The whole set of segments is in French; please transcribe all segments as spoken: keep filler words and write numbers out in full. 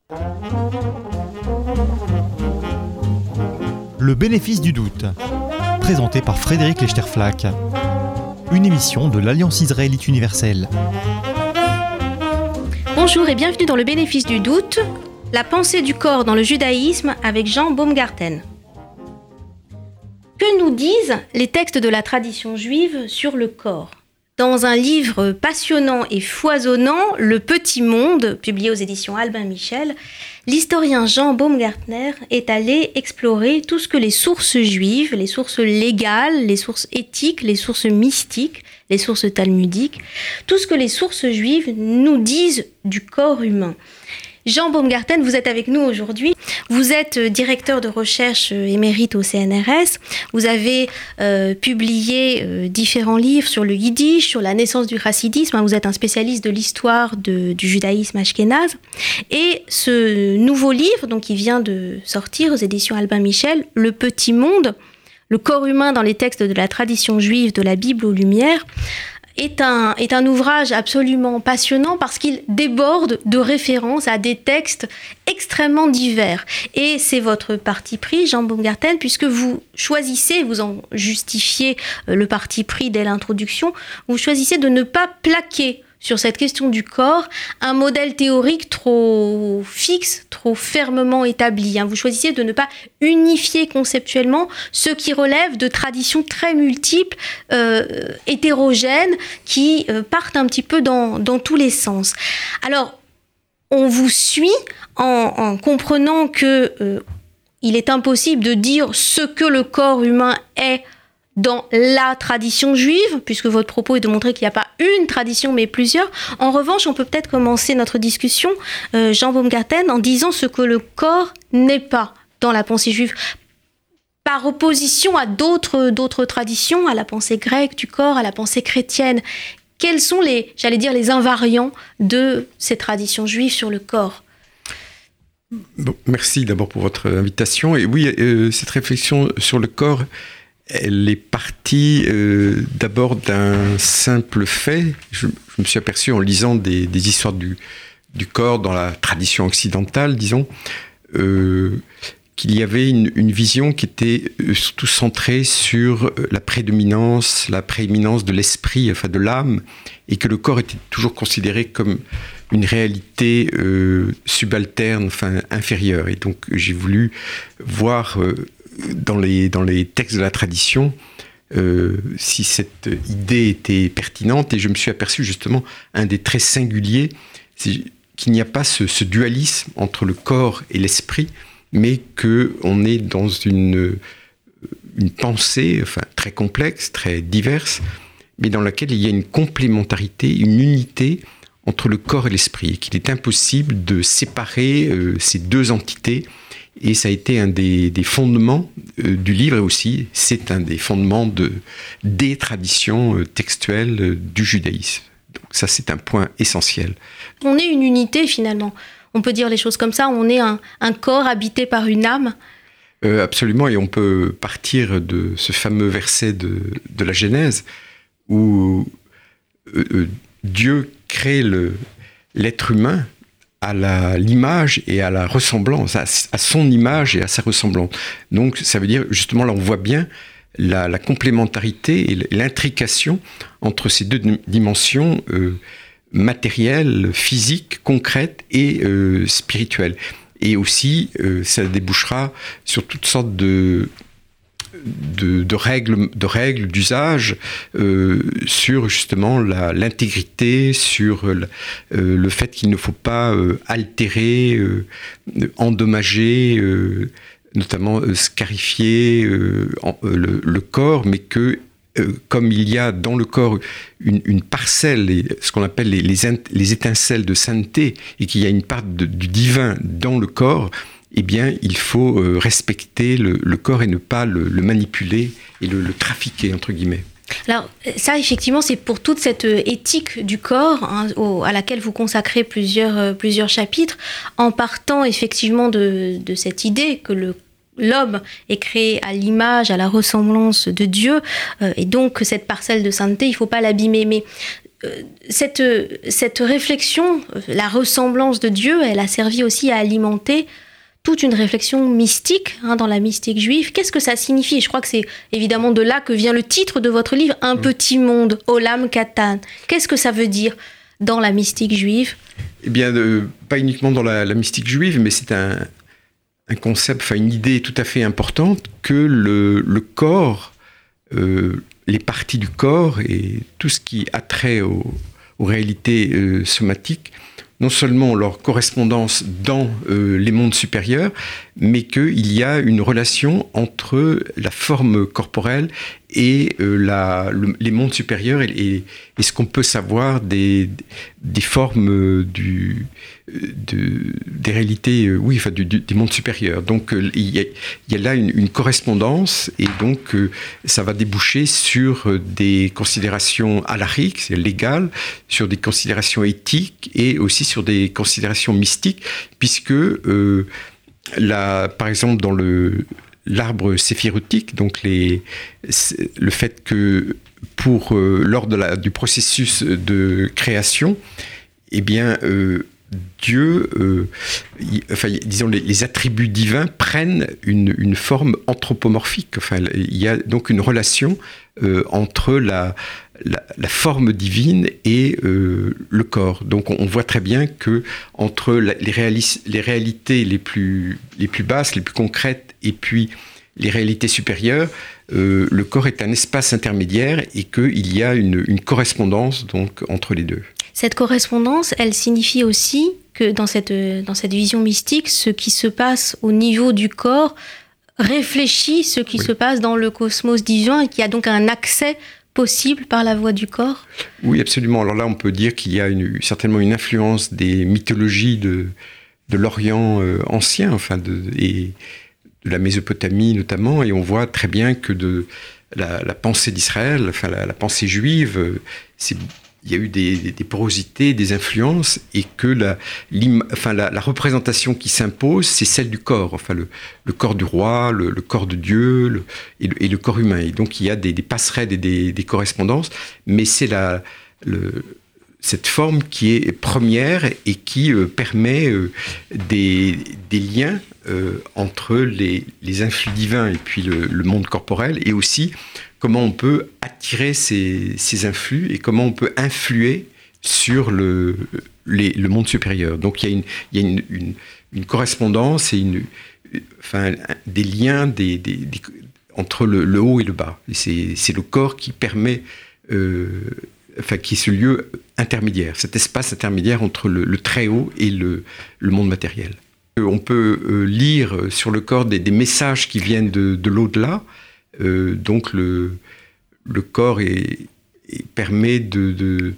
Le bénéfice du doute, présenté par Frédéric Lechterflack, une émission de l'Alliance Israélite Universelle. Bonjour et bienvenue dans le bénéfice du doute, la pensée du corps dans le judaïsme avec Jean Baumgarten. Que nous disent les textes de la tradition juive sur le corps ? Dans un livre passionnant et foisonnant, Le Petit Monde, publié aux éditions Albin Michel, l'historien Jean Baumgartner est allé explorer tout ce que les sources juives, les sources légales, les sources éthiques, les sources mystiques, les sources talmudiques, tout ce que les sources juives nous disent du corps humain. Jean Baumgarten, vous êtes avec nous aujourd'hui. Vous êtes directeur de recherche émérite au C N R S. Vous avez euh, publié euh, différents livres sur le yiddish, sur la naissance du chassidisme. Vous êtes un spécialiste de l'histoire de, du judaïsme ashkénaze. Et ce nouveau livre, donc, qui vient de sortir aux éditions Albin Michel, Le Petit Monde, le corps humain dans les textes de la tradition juive de la Bible aux Lumières, est un, est un ouvrage absolument passionnant parce qu'il déborde de références à des textes extrêmement divers. Et c'est votre parti pris, Jean Baumgarten, puisque vous choisissez, vous en justifiez le parti pris dès l'introduction, vous choisissez de ne pas plaquer sur cette question du corps un modèle théorique trop fixe, trop fermement établi. Vous choisissez de ne pas unifier conceptuellement ce qui relève de traditions très multiples, euh, hétérogènes, qui euh, partent un petit peu dans, dans tous les sens. Alors, on vous suit en, en comprenant que euh, il est impossible de dire ce que le corps humain est dans la tradition juive, puisque votre propos est de montrer qu'il n'y a pas une tradition, mais plusieurs. En revanche, on peut peut-être commencer notre discussion, euh, Jean Baumgarten, en disant ce que le corps n'est pas dans la pensée juive, par opposition à d'autres, d'autres traditions, à la pensée grecque du corps, à la pensée chrétienne. Quels sont les, j'allais dire, les invariants de ces traditions juives sur le corps ? Bon, merci d'abord pour votre invitation. Et oui, euh, cette réflexion sur le corps, elle est partie euh, d'abord d'un simple fait. Je, je me suis aperçu en lisant des, des histoires du, du corps dans la tradition occidentale, disons, euh, qu'il y avait une, une vision qui était surtout centrée sur la prédominance, la prééminence de l'esprit, enfin de l'âme, et que le corps était toujours considéré comme une réalité euh, subalterne, enfin inférieure. Et donc j'ai voulu voir euh, Dans les, dans les textes de la tradition, euh, si cette idée était pertinente, et je me suis aperçu justement un des traits singuliers, c'est qu'il n'y a pas ce, ce dualisme entre le corps et l'esprit, mais qu'on est dans une, une pensée enfin, très complexe, très diverse, mais dans laquelle il y a une complémentarité, une unité entre le corps et l'esprit, et qu'il est impossible de séparer euh, ces deux entités. Et ça a été un des, des fondements euh, du livre, et aussi c'est un des fondements de, des traditions euh, textuelles euh, du judaïsme. Donc ça, c'est un point essentiel. On est une unité finalement. On peut dire les choses comme ça, on est un, un corps habité par une âme. Euh, absolument, et on peut partir de ce fameux verset de, de la Genèse, où euh, euh, Dieu crée le, l'être humain à la, l'image et à la ressemblance, à, à son image et à sa ressemblance. Donc, ça veut dire, justement, là, on voit bien la, la complémentarité et l'intrication entre ces deux dimensions euh, matérielles, physiques, concrètes et euh, spirituelles. Et aussi, euh, ça débouchera sur toutes sortes de... De, de, règles, de règles d'usage euh, sur justement la, l'intégrité, sur la, euh, le fait qu'il ne faut pas euh, altérer, euh, endommager, euh, notamment euh, scarifier euh, en, euh, le, le corps, mais que euh, comme il y a dans le corps une, une parcelle, ce qu'on appelle les, les, les étincelles de sainteté, et qu'il y a une part de, du divin dans le corps, eh bien, il faut euh, respecter le, le corps et ne pas le, le manipuler et le, le trafiquer, entre guillemets. Alors ça, effectivement, c'est pour toute cette éthique du corps hein, au, à laquelle vous consacrez plusieurs, euh, plusieurs chapitres, en partant effectivement de, de cette idée que le l'homme est créé à l'image, à la ressemblance de Dieu, euh, et donc cette parcelle de sainteté, il ne faut pas l'abîmer. Mais cette, cette réflexion, la ressemblance de Dieu, elle a servi aussi à alimenter toute une réflexion mystique hein, dans la mystique juive. Qu'est-ce que ça signifie ? Je crois que c'est évidemment de là que vient le titre de votre livre, Un mmh. petit monde, Olam Katan. Qu'est-ce que ça veut dire dans la mystique juive ? Eh bien, euh, pas uniquement dans la, la mystique juive, mais c'est un, un concept, enfin une idée tout à fait importante que le, le corps, euh, les parties du corps et tout ce qui a trait aux, aux réalités euh, somatiques, non seulement leur correspondance dans euh, les mondes supérieurs, mais qu'il y a une relation entre la forme corporelle et euh, la, le, les mondes supérieurs et, et, et ce qu'on peut savoir des, des formes du, de, des réalités, euh, oui, enfin, du, du, des mondes supérieurs. Donc euh, il, y a, il y a là une, une correspondance et donc euh, ça va déboucher sur euh, des considérations halakhiques, c'est légal, sur des considérations éthiques et aussi sur des considérations mystiques, puisque euh, la, par exemple dans le l'arbre séphirotique, donc les, le fait que pour euh, lors de la, du processus de création, eh bien euh, Dieu, euh, y, enfin disons les, les attributs divins prennent une, une forme anthropomorphique. Enfin, il y a donc une relation euh, entre la La, la forme divine et euh, le corps. Donc on, on voit très bien que entre la, les, réalis, les réalités les plus, les plus basses, les plus concrètes, et puis les réalités supérieures, euh, le corps est un espace intermédiaire et qu'il y a une, une correspondance donc entre les deux. Cette correspondance, elle signifie aussi que dans cette, dans cette vision mystique, ce qui se passe au niveau du corps réfléchit ce qui oui. se passe dans le cosmos divin et qu'il y a donc un accès possible par la voie du corps ? Oui, absolument. Alors là, on peut dire qu'il y a une, certainement une influence des mythologies de, de l'Orient euh, ancien, enfin de, et de la Mésopotamie notamment, et on voit très bien que de la, la pensée d'Israël, enfin la, la pensée juive, euh, c'est, il y a eu des, des, des porosités, des influences, et que la, enfin, la, la représentation qui s'impose, c'est celle du corps, enfin le, le corps du roi, le, le corps de Dieu le, et, le, et le corps humain. Et donc il y a des, des passerelles et des, des correspondances, mais c'est la, le, cette forme qui est première et qui euh, permet euh, des, des liens euh, entre les, les influx divins et puis le, le monde corporel, et aussi comment on peut attirer ces, ces influx et comment on peut influer sur le, les, le monde supérieur. Donc il y a une, il y a une, une, une correspondance et une, enfin, des liens des, des, des, entre le, le haut et le bas. Et c'est, c'est le corps qui permet, euh, enfin, qui est ce lieu intermédiaire, cet espace intermédiaire entre le, le très haut et le, le monde matériel. On peut euh, lire sur le corps des, des messages qui viennent de, de l'au-delà. Euh, donc le, le corps est, est, permet de, de,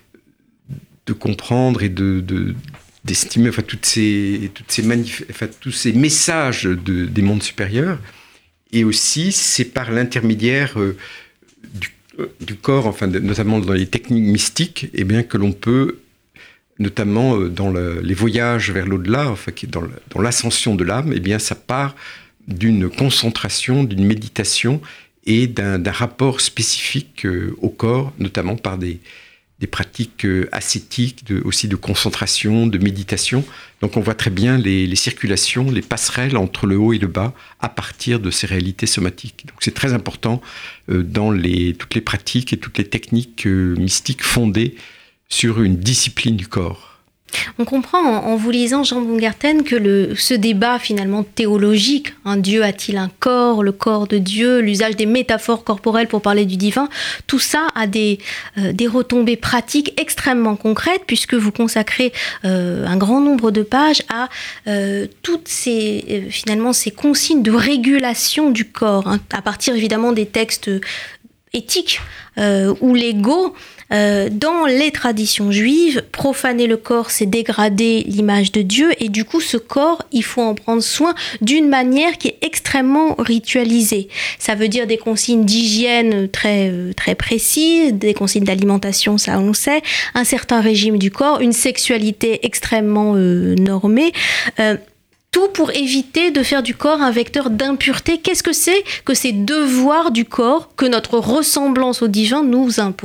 de comprendre et de, de, d'estimer enfin, toutes ces, toutes ces manif- enfin, tous ces messages de, des mondes supérieurs. Et aussi, c'est par l'intermédiaire euh, du, euh, du corps, enfin, de, notamment dans les techniques mystiques, eh bien, que l'on peut, notamment euh, dans le, les voyages vers l'au-delà, enfin, dans, le, dans l'ascension de l'âme, eh bien, ça part d'une concentration, d'une méditation et d'un, d'un rapport spécifique euh, au corps, notamment par des, des pratiques euh, ascétiques, de, aussi de concentration, de méditation. Donc on voit très bien les, les circulations, les passerelles entre le haut et le bas à partir de ces réalités somatiques. Donc c'est très important euh, dans les, toutes les pratiques et toutes les techniques euh, mystiques fondées sur une discipline du corps. On comprend en, en vous lisant, Jean Baumgarten, que le, ce débat finalement théologique, hein, Dieu a-t-il un corps, le corps de Dieu, l'usage des métaphores corporelles pour parler du divin, tout ça a des, euh, des retombées pratiques extrêmement concrètes, puisque vous consacrez euh, un grand nombre de pages à euh, toutes ces, euh, finalement, ces consignes de régulation du corps, hein, à partir évidemment des textes éthiques euh, ou légaux. Euh, dans les traditions juives, profaner le corps, c'est dégrader l'image de Dieu, et du coup, ce corps, il faut en prendre soin d'une manière qui est extrêmement ritualisée. Ça veut dire des consignes d'hygiène très, très précises, des consignes d'alimentation, ça on le sait, un certain régime du corps, une sexualité extrêmement euh, normée. Euh, Tout pour éviter de faire du corps un vecteur d'impureté. Qu'est-ce que c'est que ces devoirs du corps que notre ressemblance au divin nous impose ?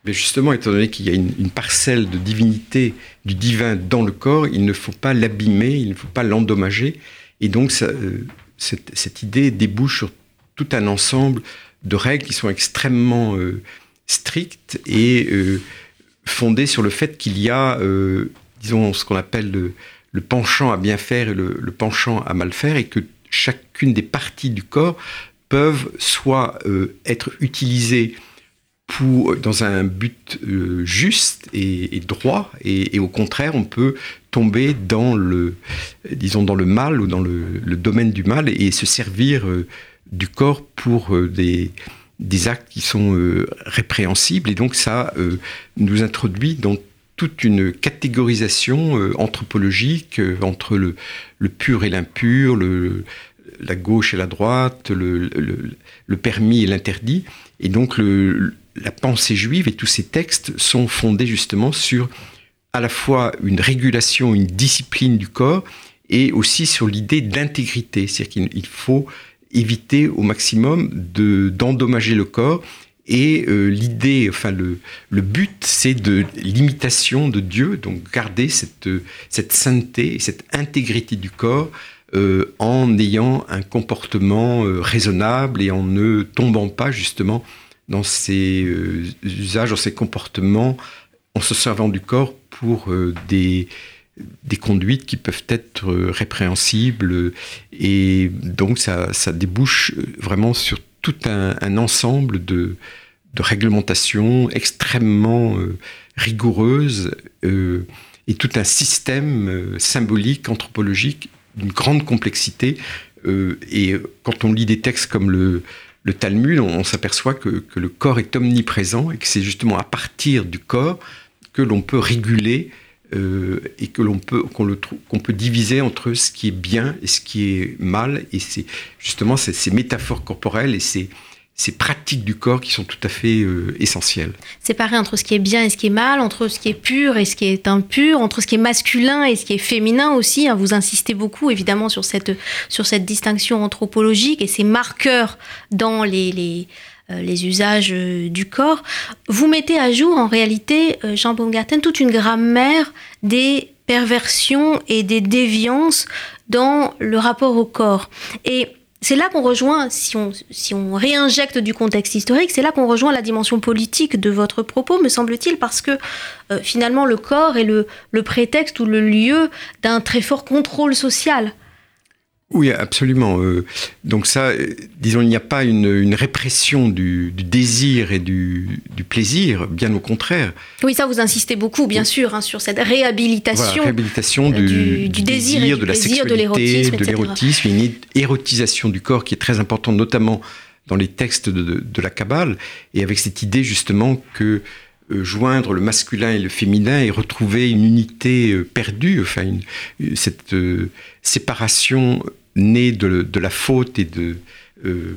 Mais justement, étant donné qu'il y a une, une parcelle de divinité, du divin dans le corps, il ne faut pas l'abîmer, il ne faut pas l'endommager. Et donc, ça, euh, cette, cette idée débouche sur tout un ensemble de règles qui sont extrêmement euh, strictes et euh, fondées sur le fait qu'il y a, euh, disons, ce qu'on appelle le, le penchant à bien faire et le, le penchant à mal faire, et que chacune des parties du corps peuvent soit euh, être utilisées pour, dans un but euh, juste et, et droit, et, et au contraire, on peut tomber dans le, disons, dans le mal ou dans le, le domaine du mal et, et se servir euh, du corps pour euh, des, des actes qui sont euh, répréhensibles. Et donc ça euh, nous introduit dans toute une catégorisation euh, anthropologique euh, entre le, le pur et l'impur, le, la gauche et la droite, le, le, le permis et l'interdit. Et donc le la pensée juive et tous ces textes sont fondés justement sur à la fois une régulation, une discipline du corps, et aussi sur l'idée d'intégrité. C'est-à-dire qu'il faut éviter au maximum de, d'endommager le corps. Et euh, l'idée, enfin le, le but, c'est de l'imitation de Dieu, donc garder cette, cette sainteté, cette intégrité du corps, euh, en ayant un comportement euh, raisonnable et en ne tombant pas justement dans ces euh, usages, dans ces comportements, en se servant du corps pour euh, des, des conduites qui peuvent être euh, répréhensibles. Et donc ça, ça débouche vraiment sur tout un, un ensemble de, de réglementations extrêmement euh, rigoureuses euh, et tout un système euh, symbolique, anthropologique d'une grande complexité. Euh, et quand on lit des textes comme le Le Talmud, on, on s'aperçoit que, que le corps est omniprésent et que c'est justement à partir du corps que l'on peut réguler euh, et que l'on peut, qu'on, le, qu'on peut diviser entre ce qui est bien et ce qui est mal. Et c'est justement ces, ces métaphores corporelles et ces, ces pratiques du corps qui sont tout à fait euh, essentielles. Séparer entre ce qui est bien et ce qui est mal, entre ce qui est pur et ce qui est impur, entre ce qui est masculin et ce qui est féminin aussi. Hein, vous insistez beaucoup évidemment sur cette, sur cette distinction anthropologique et ces marqueurs dans les, les, euh, les usages euh, du corps. Vous mettez à jour en réalité, euh, Jean Baumgarten, toute une grammaire des perversions et des déviances dans le rapport au corps. Et c'est là qu'on rejoint, si on, si on réinjecte du contexte historique, c'est là qu'on rejoint la dimension politique de votre propos, me semble-t-il, parce que euh, finalement le corps est le, le prétexte ou le lieu d'un très fort contrôle social. Oui, absolument. Euh, donc ça, euh, disons, il n'y a pas une, une répression du, du désir et du, du plaisir, bien au contraire. Oui, ça vous insistez beaucoup, bien oui. sûr, hein, sur cette réhabilitation, voilà, réhabilitation du, du, du désir, désir, de du la plaisir, sexualité, de l'érotisme, de l'érotisme, une érotisation du corps qui est très importante, notamment dans les textes de, de, de la Kabbale, et avec cette idée justement que euh, joindre le masculin et le féminin et retrouver une unité euh, perdue, enfin une, cette euh, séparation née de, de la faute et de euh,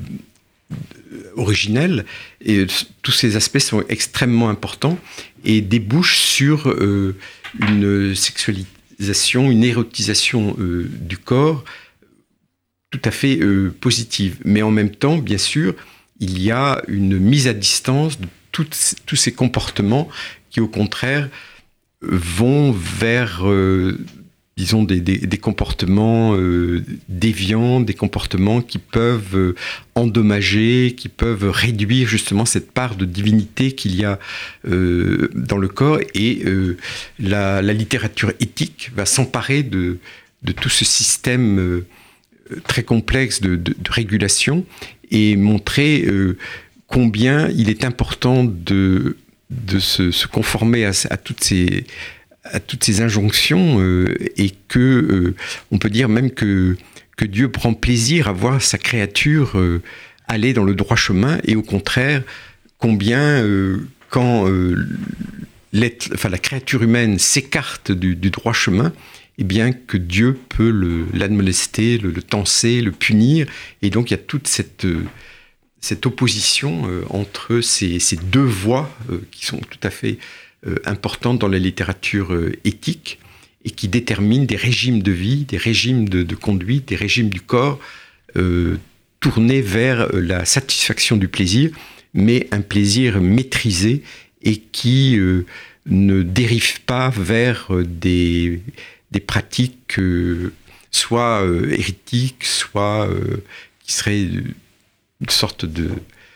originelle, et tous ces aspects sont extrêmement importants et débouchent sur euh, une sexualisation, une érotisation euh, du corps tout à fait euh, positive. Mais en même temps, bien sûr, il y a une mise à distance de toutes, tous ces comportements qui, au contraire, vont vers euh, disons, des, des, des comportements euh, déviants, des comportements qui peuvent euh, endommager, qui peuvent réduire justement cette part de divinité qu'il y a euh, dans le corps. Et euh, la, la littérature éthique va s'emparer de, de tout ce système euh, très complexe de, de, de régulation et montrer euh, combien il est important de, de se, se conformer à, à toutes ces... à toutes ces injonctions euh, et que euh, on peut dire même que, que Dieu prend plaisir à voir sa créature euh, aller dans le droit chemin, et au contraire combien euh, quand euh, enfin, la créature humaine s'écarte du, du droit chemin, et eh bien que Dieu peut le, l'admonester, le, le tenser, le punir. Et donc il y a toute cette, euh, cette opposition euh, entre ces, ces deux voies euh, qui sont tout à fait Euh, importante dans la littérature euh, éthique et qui détermine des régimes de vie, des régimes de, de conduite, des régimes du corps euh, tournés vers la satisfaction du plaisir, mais un plaisir maîtrisé et qui euh, ne dérivent pas vers des, des pratiques euh, soit euh, hérétiques, soit euh, qui seraient une sorte de...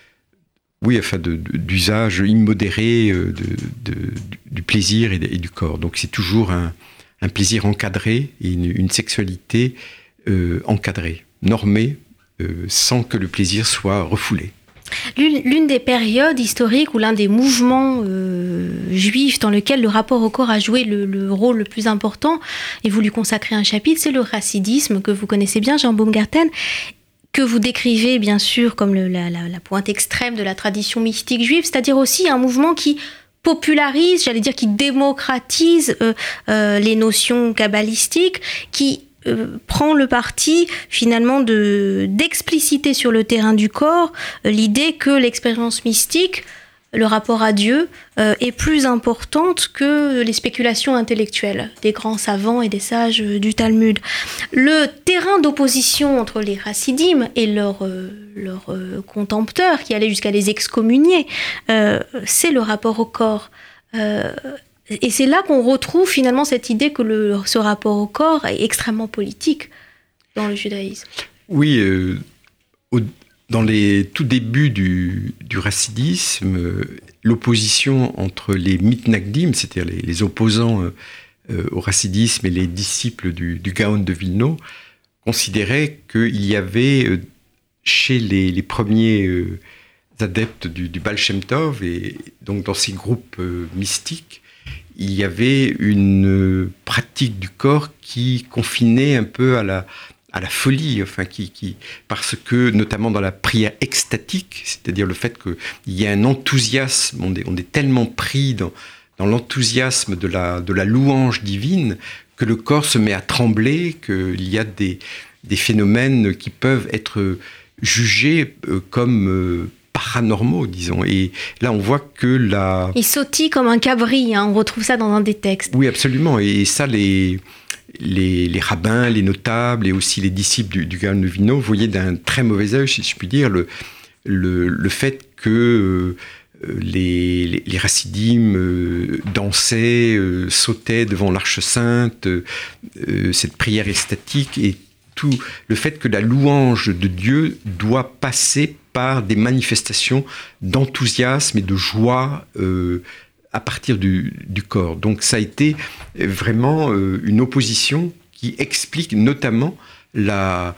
Oui, enfin, de, de, d'usage immodéré de, de, du plaisir et, de, et du corps. Donc c'est toujours un, un plaisir encadré et une, une sexualité euh, encadrée, normée, euh, sans que le plaisir soit refoulé. L'une, l'une des périodes historiques ou l'un des mouvements euh, juifs dans lequel le rapport au corps a joué le, le rôle le plus important, et vous lui consacrez un chapitre, c'est le chassidisme, que vous connaissez bien, Jean Baumgarten, que vous décrivez bien sûr comme le, la, la, la pointe extrême de la tradition mystique juive, c'est-à-dire aussi un mouvement qui popularise, j'allais dire qui démocratise euh, euh, les notions kabbalistiques, qui euh, prend le parti finalement de, d'expliciter sur le terrain du corps euh, l'idée que l'expérience mystique, le rapport à Dieu, euh, est plus importante que les spéculations intellectuelles des grands savants et des sages euh, du Talmud. Le terrain d'opposition entre les chassidim et leurs euh, leur, euh, contempteurs, qui allaient jusqu'à les excommunier, euh, c'est le rapport au corps. Euh, et c'est là qu'on retrouve finalement cette idée que le, ce rapport au corps est extrêmement politique dans le judaïsme. Oui, euh, au Dans les tout débuts du, du chassidisme, l'opposition entre les mitnagdim, c'est-à-dire les, les opposants euh, au chassidisme et les disciples du, du Gaon de Vilna, considéraient qu'il y avait euh, chez les, les premiers euh, adeptes du, du Baal Shem Tov, et donc dans ces groupes euh, mystiques, il y avait une euh, pratique du corps qui confinait un peu à la... à la folie, enfin, qui, qui, parce que, notamment dans la prière extatique, c'est-à-dire le fait qu'il y a un enthousiasme, on est, on est tellement pris dans, dans l'enthousiasme de la, de la louange divine, que le corps se met à trembler, qu'il y a des, des phénomènes qui peuvent être jugés comme euh, paranormaux, disons. Et là, on voit que la... Il sautille comme un cabri, hein, on retrouve ça dans un des textes. Oui, absolument, et ça, les... Les, les rabbins, les notables et aussi les disciples du, du Gaon de Vilna voyaient d'un très mauvais œil, si je puis dire, le, le, le fait que euh, les, les, les chassidim euh, dansaient, euh, sautaient devant l'Arche Sainte, euh, cette prière extatique, et tout le fait que la louange de Dieu doit passer par des manifestations d'enthousiasme et de joie euh, à partir du, du corps. Donc ça a été vraiment euh, une opposition qui explique notamment la,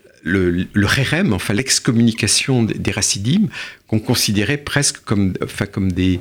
le, le hérem, enfin l'excommunication des, des chassidim, qu'on considérait presque comme, enfin, comme des,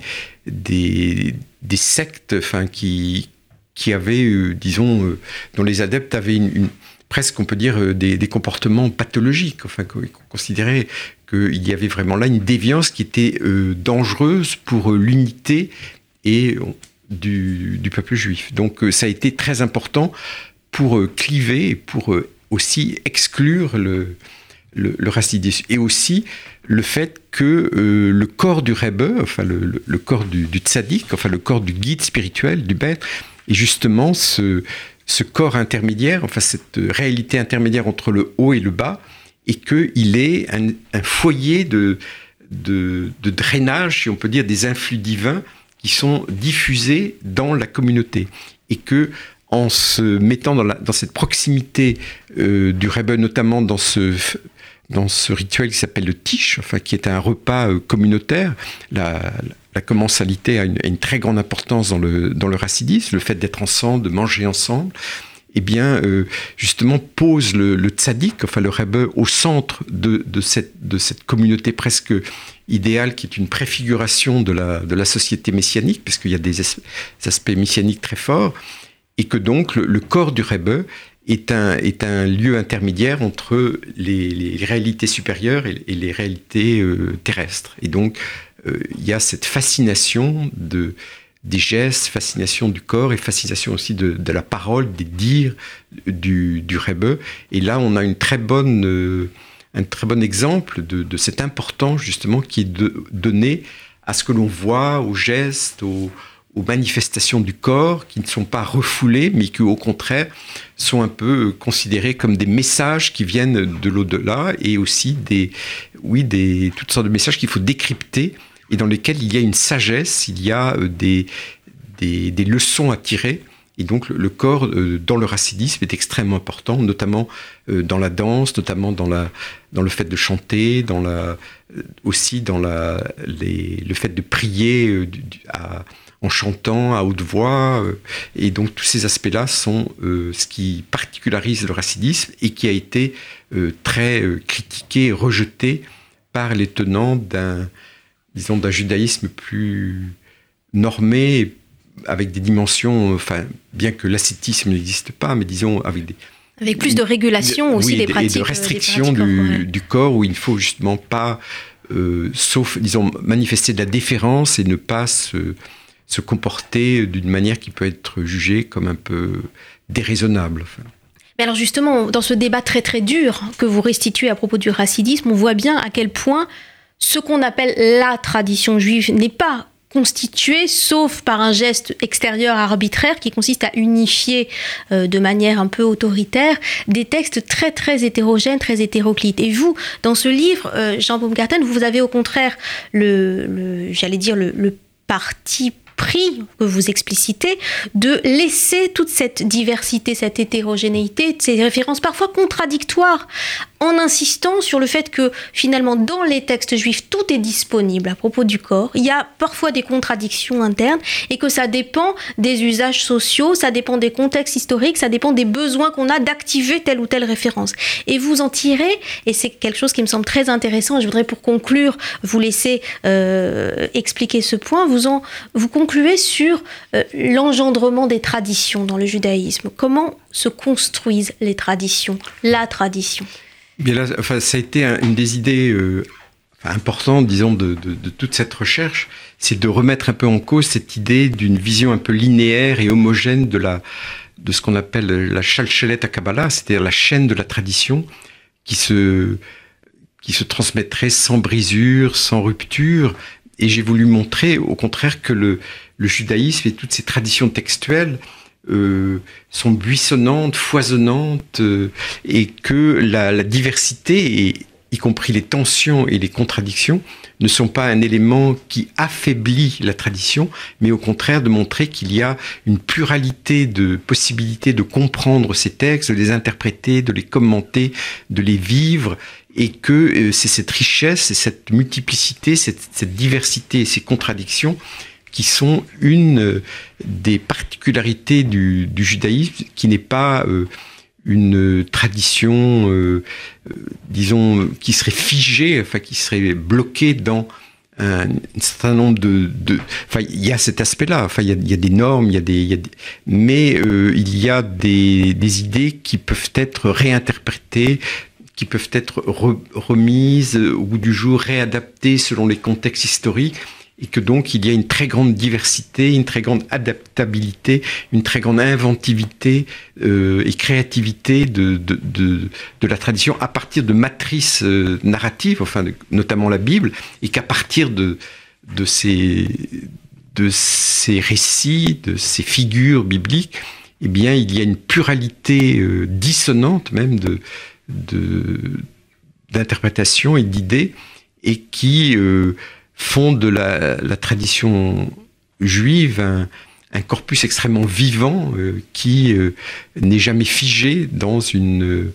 des, des sectes, enfin, qui, qui avaient, euh, disons, euh, dont les adeptes avaient une, une, presque, on peut dire, des, des comportements pathologiques, enfin, qu'on considérait qu'il y avait vraiment là une déviance qui était euh, dangereuse pour euh, l'unité et du, du peuple juif. Donc ça a été très important pour euh, cliver et pour euh, aussi exclure le, le, le chassidisme. Et aussi le fait que euh, le corps du Rebbe, enfin le, le, le corps du, du tzaddik, enfin le corps du guide spirituel, du maître, est justement ce, ce corps intermédiaire, enfin cette réalité intermédiaire entre le haut et le bas, et qu'il est un, un foyer de, de, de drainage, si on peut dire, des influx divins qui sont diffusés dans la communauté. Et que, en se mettant dans, la, dans cette proximité euh, du Rebbe, notamment dans ce, dans ce rituel qui s'appelle le tish, enfin, qui est un repas euh, communautaire, la, la commensalité a une, a une très grande importance dans le, dans le chassidisme, le fait d'être ensemble, de manger ensemble, eh bien, euh, justement, pose le, le tzaddik, enfin le Rebbe, au centre de, de, cette, de cette communauté presque idéale, qui est une préfiguration de la, de la société messianique, parce qu'il y a des, es, des aspects messianiques très forts, et que donc le, le corps du Rebbe est un, est un lieu intermédiaire entre les, les réalités supérieures et, et les réalités euh, terrestres. Et donc, euh, il y a cette fascination de... des gestes, fascination du corps et fascination aussi de, de la parole, des dires du, du Rebbe. Et là, on a une très bonne, euh, un très bon exemple de, de cette importance justement qui est de, donnée à ce que l'on voit, aux gestes, aux, aux manifestations du corps qui ne sont pas refoulées, mais qui au contraire sont un peu considérées comme des messages qui viennent de l'au-delà et aussi des, oui, des, toutes sortes de messages qu'il faut décrypter et dans lesquels il y a une sagesse, il y a des, des, des leçons à tirer. Et donc le, le corps, euh, dans le racidisme, est extrêmement important, notamment euh, dans la danse, notamment dans, la, dans le fait de chanter, dans la, euh, aussi dans la, les, le fait de prier euh, du, à, en chantant à haute voix. Euh, et donc tous ces aspects-là sont euh, ce qui particularise le racidisme et qui a été euh, très euh, critiqué, rejeté par les tenants d'un, disons, d'un judaïsme plus normé, avec des dimensions, enfin, bien que l'ascétisme n'existe pas, mais disons avec des... Avec plus de régulation aussi oui, des pratiques. Et de restriction du, corporelles. du corps, où il ne faut justement pas, euh, sauf, disons, manifester de la déférence et ne pas se, se comporter d'une manière qui peut être jugée comme un peu déraisonnable. Enfin. Mais alors justement, dans ce débat très très dur que vous restituez à propos du racidisme, on voit bien à quel point ce qu'on appelle la tradition juive n'est pas constituée, sauf par un geste extérieur arbitraire qui consiste à unifier euh, de manière un peu autoritaire des textes très très hétérogènes, très hétéroclites. Et vous, dans ce livre, euh, Jean Baumgarten, vous avez au contraire le, le j'allais dire le, le parti pris que vous explicitez de laisser toute cette diversité, cette hétérogénéité, ces références parfois contradictoires, en insistant sur le fait que finalement dans les textes juifs tout est disponible à propos du corps. Il y a parfois des contradictions internes et que ça dépend des usages sociaux, ça dépend des contextes historiques, ça dépend des besoins qu'on a d'activer telle ou telle référence. Et vous en tirez, et c'est quelque chose qui me semble très intéressant, et je voudrais pour conclure vous laisser euh, expliquer ce point, vous, en, vous concluez sur euh, l'engendrement des traditions dans le judaïsme. Comment se construisent les traditions, la tradition ? Bien là, enfin, ça a été un, une des idées euh, enfin, importantes, disons, de, de, de toute cette recherche, c'est de remettre un peu en cause cette idée d'une vision un peu linéaire et homogène de, la, de ce qu'on appelle la Shalchelet HaKabbalah, c'est-à-dire la chaîne de la tradition qui se, qui se transmettrait sans brisure, sans rupture. Et j'ai voulu montrer, au contraire, que le, le judaïsme et toutes ces traditions textuelles Euh, sont buissonnantes, foisonnantes, euh, et que la, la diversité, et, y compris les tensions et les contradictions, ne sont pas un élément qui affaiblit la tradition, mais au contraire de montrer qu'il y a une pluralité de possibilités de comprendre ces textes, de les interpréter, de les commenter, de les vivre, et que euh, c'est cette richesse, et cette multiplicité, cette, cette diversité et ces contradictions qui sont une des particularités du, du judaïsme, qui n'est pas euh, une tradition, euh, euh, disons, qui serait figée, enfin, qui serait bloquée dans un, un certain nombre de... de enfin, il y a cet aspect-là, enfin, il y a, il y a des normes, il y a des... Il y a des mais euh, il y a des, des idées qui peuvent être réinterprétées, qui peuvent être re, remises au goût du jour, réadaptées selon les contextes historiques, et que donc il y a une très grande diversité, une très grande adaptabilité, une très grande inventivité euh, et créativité de, de, de, de la tradition à partir de matrices euh, narratives, enfin de, notamment la Bible, et qu'à partir de, de, ces, de ces récits, de ces figures bibliques, eh bien il y a une pluralité euh, dissonante même de, de, d'interprétations et d'idées, et qui... Euh, font de la, la tradition juive un, un corpus extrêmement vivant euh, qui euh, n'est jamais figé dans une euh,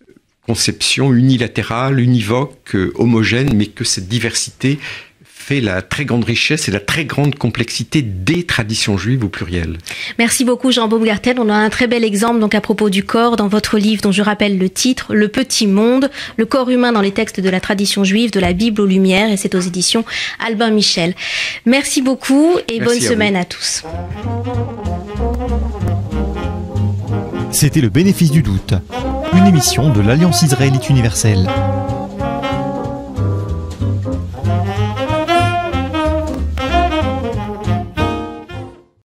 conception unilatérale, univoque, euh, homogène, mais que cette diversité fait la très grande richesse et la très grande complexité des traditions juives au pluriel. Merci beaucoup Jean Baumgarten. On a un très bel exemple donc à propos du corps dans votre livre dont je rappelle le titre, Le Petit Monde, le corps humain dans les textes de la tradition juive, de la Bible aux Lumières, et c'est aux éditions Albin Michel. Merci beaucoup et Merci bonne à semaine vous. à tous. C'était Le Bénéfice du Doute, une émission de l'Alliance Israélite Universelle.